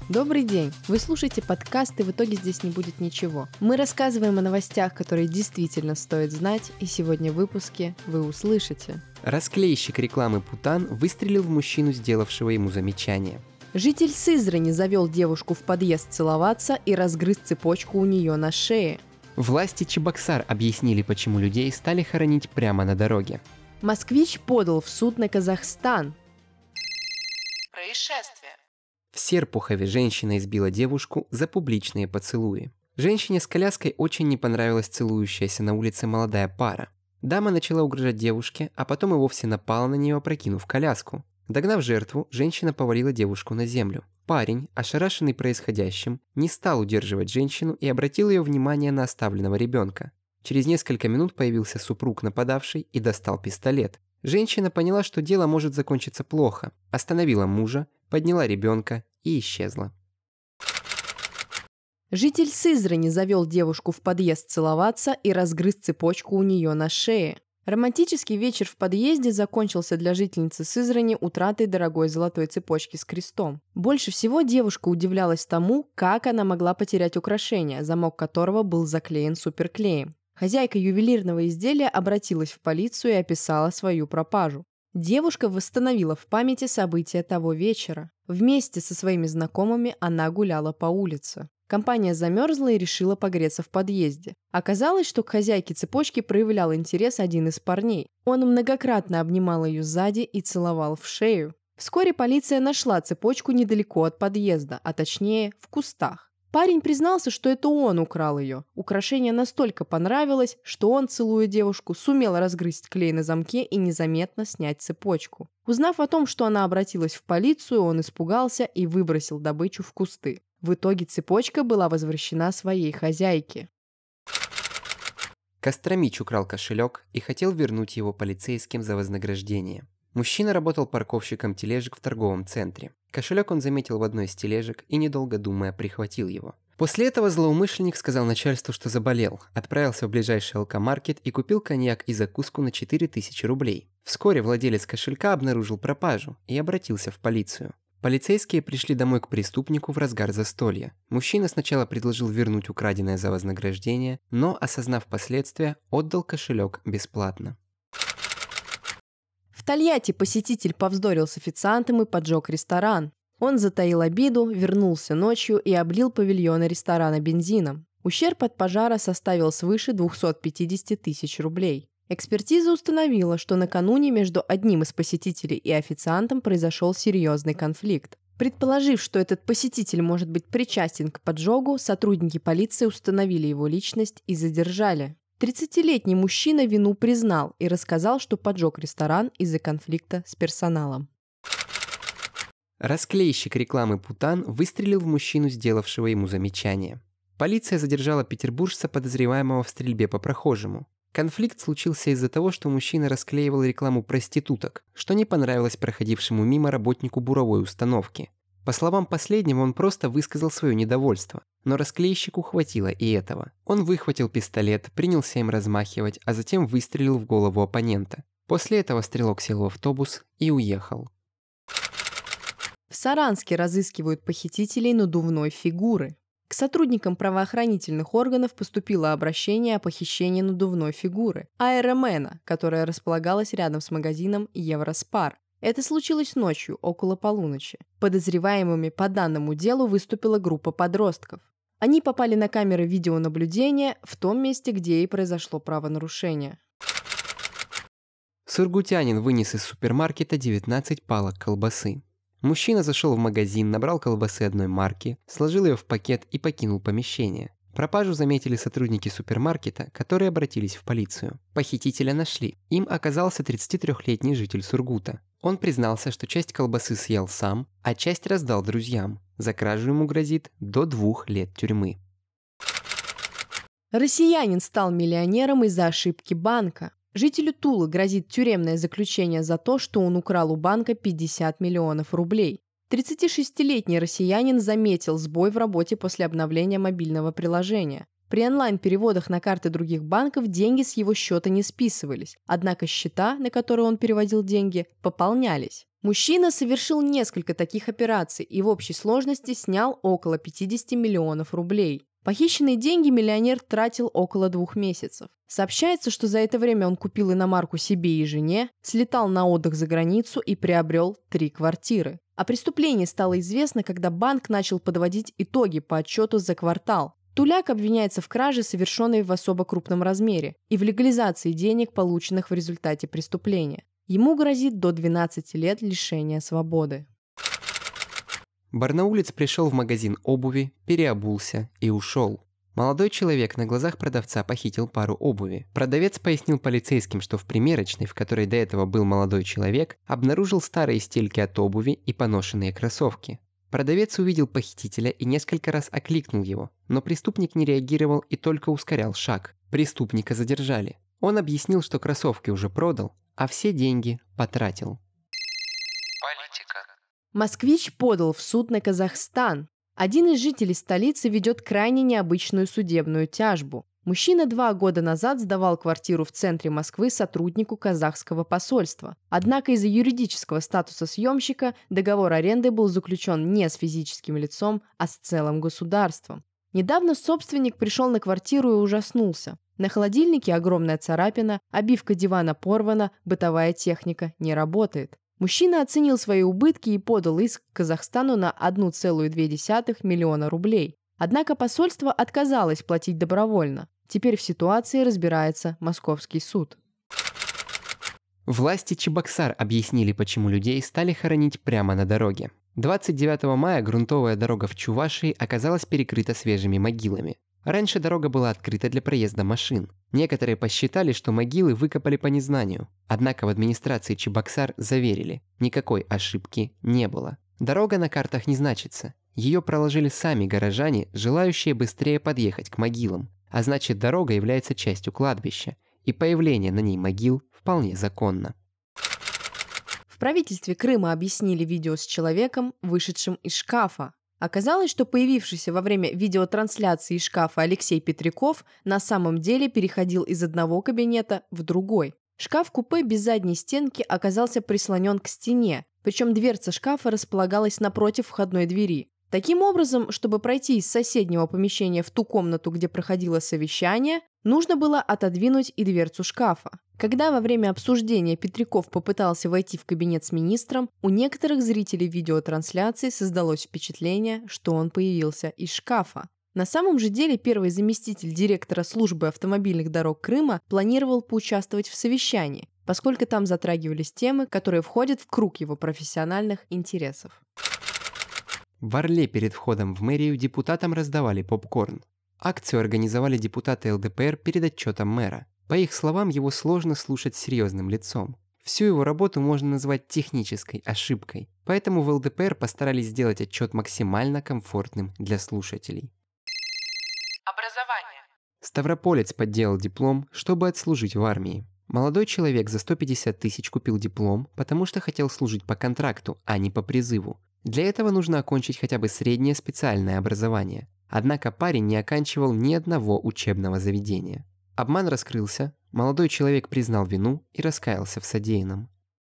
Добрый день! Вы слушаете подкаст «И в итоге здесь не будет ничего». Мы рассказываем о новостях, которые действительно стоит знать, и сегодня в выпуске вы услышите. Расклейщик рекламы Путан выстрелил в мужчину, сделавшего ему замечание. Житель Сызрани завел девушку в подъезд целоваться и разгрыз цепочку у нее на шее. Власти Чебоксар объяснили, почему людей стали хоронить прямо на дороге. Москвич подал в суд на Казахстан. Происшествие. В Серпухове женщина избила девушку за публичные поцелуи. Женщине с коляской очень не понравилась целующаяся на улице молодая пара. Дама начала угрожать девушке, а потом и вовсе напала на нее, опрокинув коляску. Догнав жертву, женщина повалила девушку на землю. Парень, ошарашенный происходящим, не стал удерживать женщину и обратил ее внимание на оставленного ребенка. Через несколько минут появился супруг нападавшей и достал пистолет. Женщина поняла, что дело может закончиться плохо, остановила мужа, подняла ребенка и исчезла. Житель Сызрани завел девушку в подъезд целоваться и разгрыз цепочку у нее на шее. Романтический вечер в подъезде закончился для жительницы Сызрани утратой дорогой золотой цепочки с крестом. Больше всего девушка удивлялась тому, как она могла потерять украшение, замок которого был заклеен суперклеем. Хозяйка ювелирного изделия обратилась в полицию и описала свою пропажу. Девушка восстановила в памяти события того вечера. Вместе со своими знакомыми она гуляла по улице. Компания замерзла и решила погреться в подъезде. Оказалось, что к хозяйке цепочки проявлял интерес один из парней. Он многократно обнимал ее сзади и целовал в шею. Вскоре полиция нашла цепочку недалеко от подъезда, а точнее в кустах. Парень признался, что это он украл ее. Украшение настолько понравилось, что он, целуя девушку, сумел разгрызть клей на замке и незаметно снять цепочку. Узнав о том, что она обратилась в полицию, он испугался и выбросил добычу в кусты. В итоге цепочка была возвращена своей хозяйке. Костромич украл кошелек и хотел вернуть его полицейским за вознаграждение. Мужчина работал парковщиком тележек в торговом центре. Кошелек он заметил в одной из тележек и, недолго думая, прихватил его. После этого злоумышленник сказал начальству, что заболел, отправился в ближайший алкомаркет и купил коньяк и закуску на 4000 рублей. Вскоре владелец кошелька обнаружил пропажу и обратился в полицию. Полицейские пришли домой к преступнику в разгар застолья. Мужчина сначала предложил вернуть украденное за вознаграждение, но, осознав последствия, отдал кошелек бесплатно. В Тольятти посетитель повздорил с официантом и поджег ресторан. Он затаил обиду, вернулся ночью и облил павильоны ресторана бензином. Ущерб от пожара составил свыше 250 тысяч рублей. Экспертиза установила, что накануне между одним из посетителей и официантом произошел серьезный конфликт. Предположив, что этот посетитель может быть причастен к поджогу, сотрудники полиции установили его личность и задержали. 30-летний мужчина вину признал и рассказал, что поджег ресторан из-за конфликта с персоналом. Расклейщик рекламы Путан выстрелил в мужчину, сделавшего ему замечание. Полиция задержала петербуржца, подозреваемого в стрельбе по прохожему. Конфликт случился из-за того, что мужчина расклеивал рекламу проституток, что не понравилось проходившему мимо работнику буровой установки. По словам последнего, он просто высказал свое недовольство, но расклейщику хватило и этого. Он выхватил пистолет, принялся им размахивать, а затем выстрелил в голову оппонента. После этого стрелок сел в автобус и уехал. В Саранске разыскивают похитителей надувной фигуры. К сотрудникам правоохранительных органов поступило обращение о похищении надувной фигуры – Аэромена, которая располагалась рядом с магазином Евроспар. Это случилось ночью, около полуночи. Подозреваемыми по данному делу выступила группа подростков. Они попали на камеры видеонаблюдения в том месте, где и произошло правонарушение. Сургутянин вынес из супермаркета 19 палок колбасы. Мужчина зашел в магазин, набрал колбасы одной марки, сложил ее в пакет и покинул помещение. Пропажу заметили сотрудники супермаркета, которые обратились в полицию. Похитителя нашли. Им оказался 33-летний житель Сургута. Он признался, что часть колбасы съел сам, а часть раздал друзьям. За кражу ему грозит до 2 лет тюрьмы. Россиянин стал миллионером из-за ошибки банка. Жителю Тулы грозит тюремное заключение за то, что он украл у банка 50 миллионов рублей. 36-летний россиянин заметил сбой в работе после обновления мобильного приложения. При онлайн-переводах на карты других банков деньги с его счета не списывались, однако счета, на которые он переводил деньги, пополнялись. Мужчина совершил несколько таких операций и в общей сложности снял около 50 миллионов рублей. Похищенные деньги миллионер тратил около 2 месяцев. Сообщается, что за это время он купил иномарку себе и жене, слетал на отдых за границу и приобрел 3 квартиры. О преступлении стало известно, когда банк начал подводить итоги по отчету за квартал. Туляк обвиняется в краже, совершенной в особо крупном размере, и в легализации денег, полученных в результате преступления. Ему грозит до 12 лет лишения свободы. Барнаулец пришел в магазин обуви, переобулся и ушел. Молодой человек на глазах продавца похитил пару обуви. Продавец пояснил полицейским, что в примерочной, в которой до этого был молодой человек, обнаружил старые стельки от обуви и поношенные кроссовки. Продавец увидел похитителя и несколько раз окликнул его, но преступник не реагировал и только ускорял шаг. Преступника задержали. Он объяснил, что кроссовки уже продал, а все деньги потратил. Политика. Москвич подал в суд на Казахстан. Один из жителей столицы ведет крайне необычную судебную тяжбу. Мужчина 2 года назад сдавал квартиру в центре Москвы сотруднику казахского посольства. Однако из-за юридического статуса съемщика договор аренды был заключен не с физическим лицом, а с целым государством. Недавно собственник пришел на квартиру и ужаснулся. На холодильнике огромная царапина, обивка дивана порвана, бытовая техника не работает. Мужчина оценил свои убытки и подал иск к Казахстану на 1,2 миллиона рублей. Однако посольство отказалось платить добровольно. Теперь в ситуации разбирается московский суд. Власти Чебоксар объяснили, почему людей стали хоронить прямо на дороге. 29 мая грунтовая дорога в Чувашии оказалась перекрыта свежими могилами. Раньше дорога была открыта для проезда машин. Некоторые посчитали, что могилы выкопали по незнанию. Однако в администрации Чебоксар заверили, никакой ошибки не было. Дорога на картах не значится. Ее проложили сами горожане, желающие быстрее подъехать к могилам. А значит, дорога является частью кладбища. И появление на ней могил вполне законно. В правительстве Крыма объяснили видео с человеком, вышедшим из шкафа. Оказалось, что появившийся во время видеотрансляции из шкафа Алексей Петряков на самом деле переходил из одного кабинета в другой. Шкаф-купе без задней стенки оказался прислонен к стене, причем дверца шкафа располагалась напротив входной двери. Таким образом, чтобы пройти из соседнего помещения в ту комнату, где проходило совещание, нужно было отодвинуть и дверцу шкафа. Когда во время обсуждения Петряков попытался войти в кабинет с министром, у некоторых зрителей видеотрансляции создалось впечатление, что он появился из шкафа. На самом же деле первый заместитель директора службы автомобильных дорог Крыма планировал поучаствовать в совещании, поскольку там затрагивались темы, которые входят в круг его профессиональных интересов. В Орле перед входом в мэрию депутатам раздавали попкорн. Акцию организовали депутаты ЛДПР перед отчетом мэра. По их словам, его сложно слушать серьезным лицом. Всю его работу можно назвать технической ошибкой, поэтому в ЛДПР постарались сделать отчет максимально комфортным для слушателей. Образование. Ставрополец подделал диплом, чтобы отслужить в армии. Молодой человек за 150 тысяч купил диплом, потому что хотел служить по контракту, а не по призыву. Для этого нужно окончить хотя бы среднее специальное образование. Однако парень не оканчивал ни одного учебного заведения. Обман раскрылся, молодой человек признал вину и раскаялся в содеянном.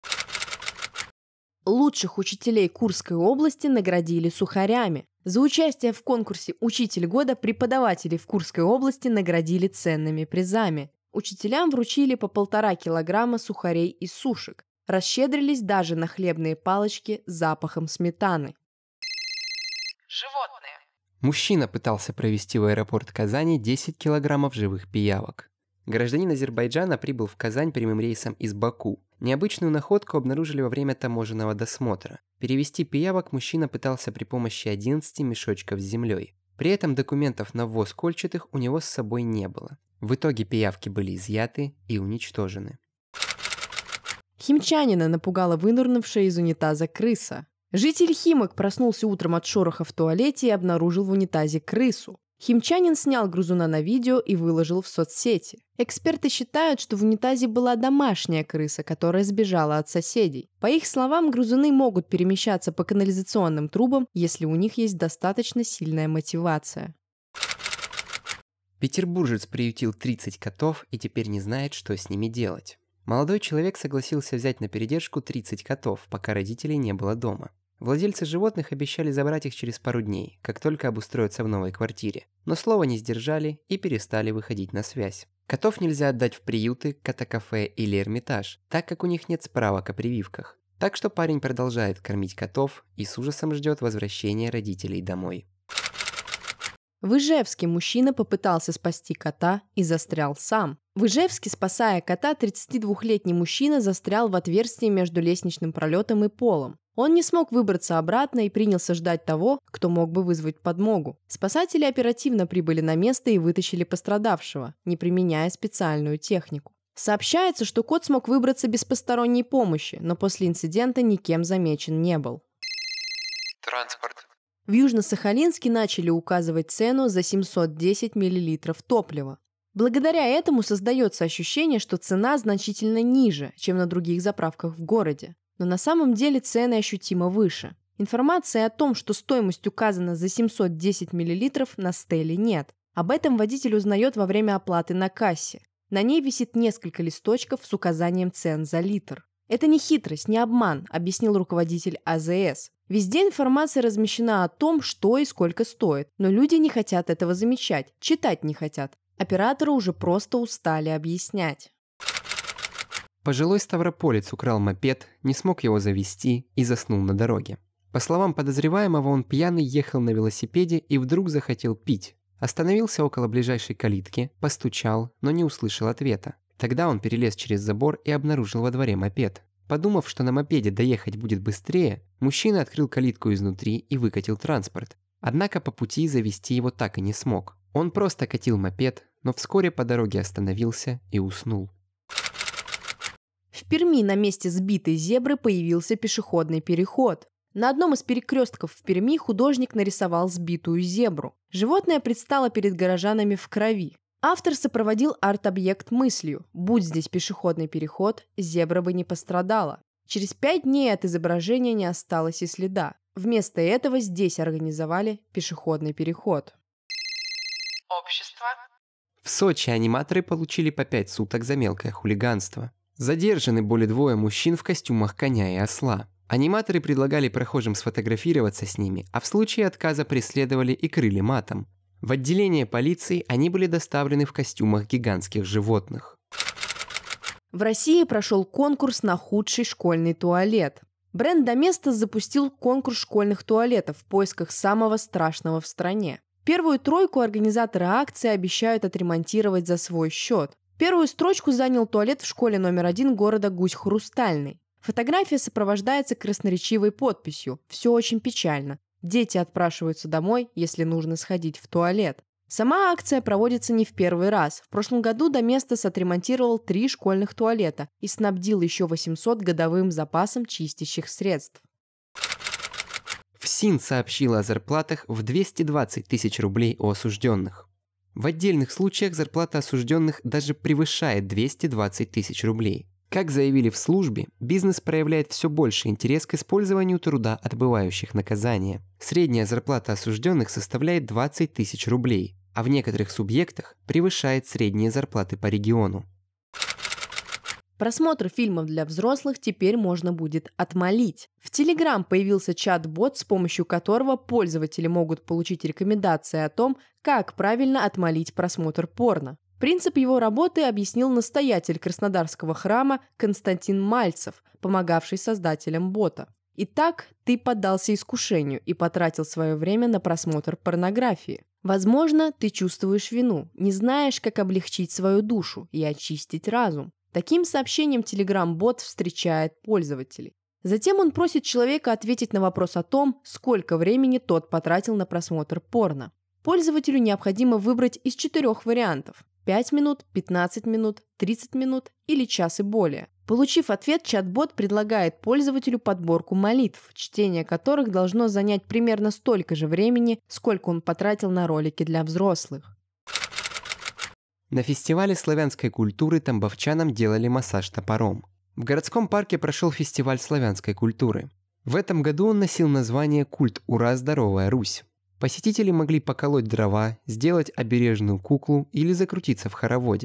Лучших учителей Курской области наградили сухарями. За участие в конкурсе «Учитель года» преподаватели в Курской области наградили ценными призами. Учителям вручили по 1,5 килограмма сухарей и сушек. Расщедрились даже на хлебные палочки с запахом сметаны. Животные. Мужчина пытался провести в аэропорт Казани 10 килограммов живых пиявок. Гражданин Азербайджана прибыл в Казань прямым рейсом из Баку. Необычную находку обнаружили во время таможенного досмотра. Перевезти пиявок мужчина пытался при помощи 11 мешочков с землей. При этом документов на ввоз кольчатых у него с собой не было. В итоге пиявки были изъяты и уничтожены. Химчанина напугала вынырнувшая из унитаза крыса. Житель Химок проснулся утром от шороха в туалете и обнаружил в унитазе крысу. Химчанин снял грызуна на видео и выложил в соцсети. Эксперты считают, что в унитазе была домашняя крыса, которая сбежала от соседей. По их словам, грызуны могут перемещаться по канализационным трубам, если у них есть достаточно сильная мотивация. Петербуржец приютил 30 котов и теперь не знает, что с ними делать. Молодой человек согласился взять на передержку 30 котов, пока родителей не было дома. Владельцы животных обещали забрать их через пару дней, как только обустроятся в новой квартире. Но слова не сдержали и перестали выходить на связь. Котов нельзя отдать в приюты, котокафе или Эрмитаж, так как у них нет справок о прививках. Так что парень продолжает кормить котов и с ужасом ждет возвращения родителей домой. В Ижевске мужчина попытался спасти кота и застрял сам. В Ижевске, спасая кота, 32-летний мужчина застрял в отверстии между лестничным пролетом и полом. Он не смог выбраться обратно и принялся ждать того, кто мог бы вызвать подмогу. Спасатели оперативно прибыли на место и вытащили пострадавшего, не применяя специальную технику. Сообщается, что кот смог выбраться без посторонней помощи, но после инцидента никем замечен не был. Транспорт. В Южно-Сахалинске начали указывать цену за 710 мл топлива. Благодаря этому создается ощущение, что цена значительно ниже, чем на других заправках в городе. Но на самом деле цены ощутимо выше. Информации о том, что стоимость указана за 710 мл, на стеле нет. Об этом водитель узнает во время оплаты на кассе. На ней висит несколько листочков с указанием цен за литр. Это не хитрость, не обман, объяснил руководитель АЗС. Везде информация размещена о том, что и сколько стоит, но люди не хотят этого замечать, читать не хотят. Операторы уже просто устали объяснять. Пожилой ставрополец украл мопед, не смог его завести и заснул на дороге. По словам подозреваемого, он пьяный ехал на велосипеде и вдруг захотел пить. Остановился около ближайшей калитки, постучал, но не услышал ответа. Тогда он перелез через забор и обнаружил во дворе мопед. Подумав, что на мопеде доехать будет быстрее, мужчина открыл калитку изнутри и выкатил транспорт. Однако по пути завести его так и не смог. Он просто катил мопед, но вскоре по дороге остановился и уснул. В Перми на месте сбитой зебры появился пешеходный переход. На одном из перекрестков в Перми художник нарисовал сбитую зебру. Животное предстало перед горожанами в крови. Автор сопроводил арт-объект мыслью: будь здесь пешеходный переход, зебра бы не пострадала. Через 5 дней от изображения не осталось и следа. Вместо этого здесь организовали пешеходный переход. Общество. В Сочи аниматоры получили по 5 суток за мелкое хулиганство. Задержаны более 2 мужчин в костюмах коня и осла. Аниматоры предлагали прохожим сфотографироваться с ними, а в случае отказа преследовали и крыли матом. В отделение полиции они были доставлены в костюмах гигантских животных. В России прошел конкурс на худший школьный туалет. Бренд Доместос запустил конкурс школьных туалетов в поисках самого страшного в стране. Первую тройку организаторы акции обещают отремонтировать за свой счет. Первую строчку занял туалет в школе номер 1 города Гусь-Хрустальный. Фотография сопровождается красноречивой подписью «Все очень печально». Дети отпрашиваются домой, если нужно сходить в туалет. Сама акция проводится не в первый раз. В прошлом году Доместос отремонтировал 3 школьных туалета и снабдил еще 800 годовым запасом чистящих средств. ФСИН сообщила о зарплатах в 220 тысяч рублей у осужденных. В отдельных случаях зарплата осужденных даже превышает 220 тысяч рублей. Как заявили в службе, бизнес проявляет все больше интерес к использованию труда отбывающих наказания. Средняя зарплата осужденных составляет 20 тысяч рублей, а в некоторых субъектах превышает средние зарплаты по региону. Просмотр фильмов для взрослых теперь можно будет отмолить. В Telegram появился чат-бот, с помощью которого пользователи могут получить рекомендации о том, как правильно отмолить просмотр порно. Принцип его работы объяснил настоятель Краснодарского храма Константин Мальцев, помогавший создателям бота. Итак, ты поддался искушению и потратил свое время на просмотр порнографии. Возможно, ты чувствуешь вину, не знаешь, как облегчить свою душу и очистить разум. Таким сообщением Telegram-бот встречает пользователей. Затем он просит человека ответить на вопрос о том, сколько времени тот потратил на просмотр порно. Пользователю необходимо выбрать из 4 вариантов: 5 минут, 15 минут, 30 минут или час и более. Получив ответ, чат-бот предлагает пользователю подборку молитв, чтение которых должно занять примерно столько же времени, сколько он потратил на ролики для взрослых. На фестивале славянской культуры тамбовчанам делали массаж топором. В городском парке прошел фестиваль славянской культуры. В этом году он носил название «Культ Ура! Здоровая Русь». Посетители могли поколоть дрова, сделать обережную куклу или закрутиться в хороводе.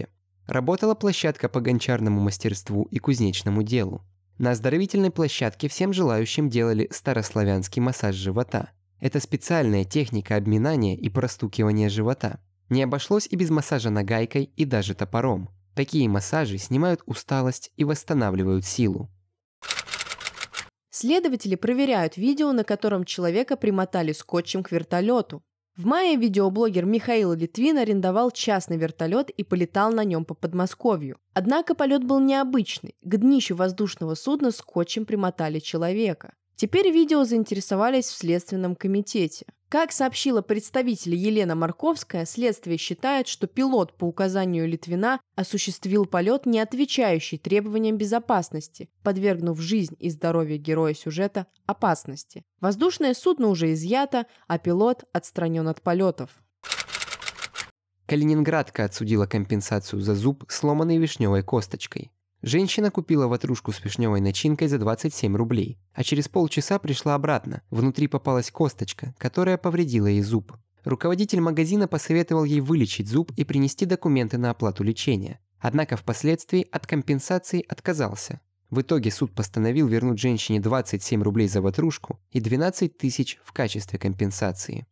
Работала площадка по гончарному мастерству и кузнечному делу. На оздоровительной площадке всем желающим делали старославянский массаж живота. Это специальная техника обминания и простукивания живота. Не обошлось и без массажа нагайкой и даже топором. Такие массажи снимают усталость и восстанавливают силу. Следователи проверяют видео, на котором человека примотали скотчем к вертолету. В мае видеоблогер Михаил Литвин арендовал частный вертолет и полетал на нем по Подмосковью. Однако полет был необычный. К днищу воздушного судна скотчем примотали человека. Теперь видео заинтересовались в Следственном комитете. Как сообщила представитель Елена Марковская, следствие считает, что пилот по указанию Литвина осуществил полет, не отвечающий требованиям безопасности, подвергнув жизнь и здоровье героя сюжета опасности. Воздушное судно уже изъято, а пилот отстранен от полетов. Калининградка отсудила компенсацию за зуб, сломанный вишневой косточкой. Женщина купила ватрушку с вишневой начинкой за 27 рублей, а через полчаса пришла обратно. Внутри попалась косточка, которая повредила ей зуб. Руководитель магазина посоветовал ей вылечить зуб и принести документы на оплату лечения. Однако впоследствии от компенсации отказался. В итоге суд постановил вернуть женщине 27 рублей за ватрушку и 12 тысяч в качестве компенсации.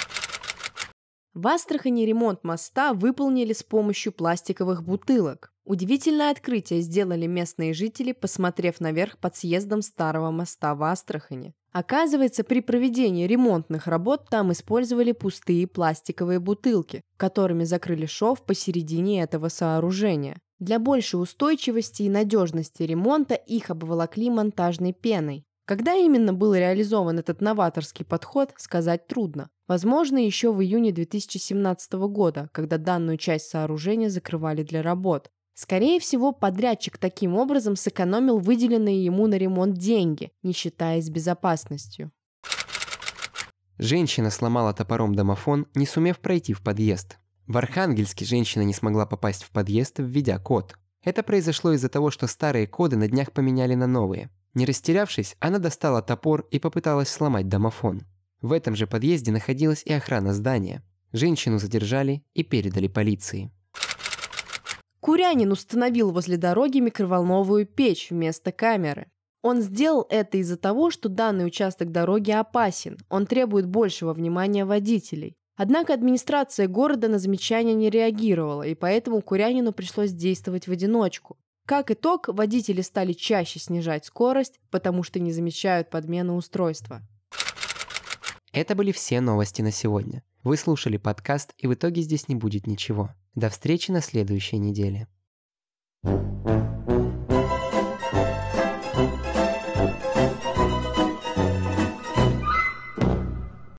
В Астрахани ремонт моста выполнили с помощью пластиковых бутылок. Удивительное открытие сделали местные жители, посмотрев наверх под съездом старого моста в Астрахани. Оказывается, при проведении ремонтных работ там использовали пустые пластиковые бутылки, которыми закрыли шов посередине этого сооружения. Для большей устойчивости и надежности ремонта их обволокли монтажной пеной. Когда именно был реализован этот новаторский подход, сказать трудно. Возможно, еще в июне 2017 года, когда данную часть сооружения закрывали для работ. Скорее всего, подрядчик таким образом сэкономил выделенные ему на ремонт деньги, не считаясь безопасностью. Женщина сломала топором домофон, не сумев пройти в подъезд. В Архангельске женщина не смогла попасть в подъезд, введя код. Это произошло из-за того, что старые коды на днях поменяли на новые. Не растерявшись, она достала топор и попыталась сломать домофон. В этом же подъезде находилась и охрана здания. Женщину задержали и передали полиции. Курянин установил возле дороги микроволновую печь вместо камеры. Он сделал это из-за того, что данный участок дороги опасен, он требует большего внимания водителей. Однако администрация города на замечания не реагировала, и поэтому Курянину пришлось действовать в одиночку. Как итог, водители стали чаще снижать скорость, потому что не замечают подмены устройства. Это были все новости на сегодня. Вы слушали подкаст, и в итоге здесь не будет ничего. До встречи на следующей неделе.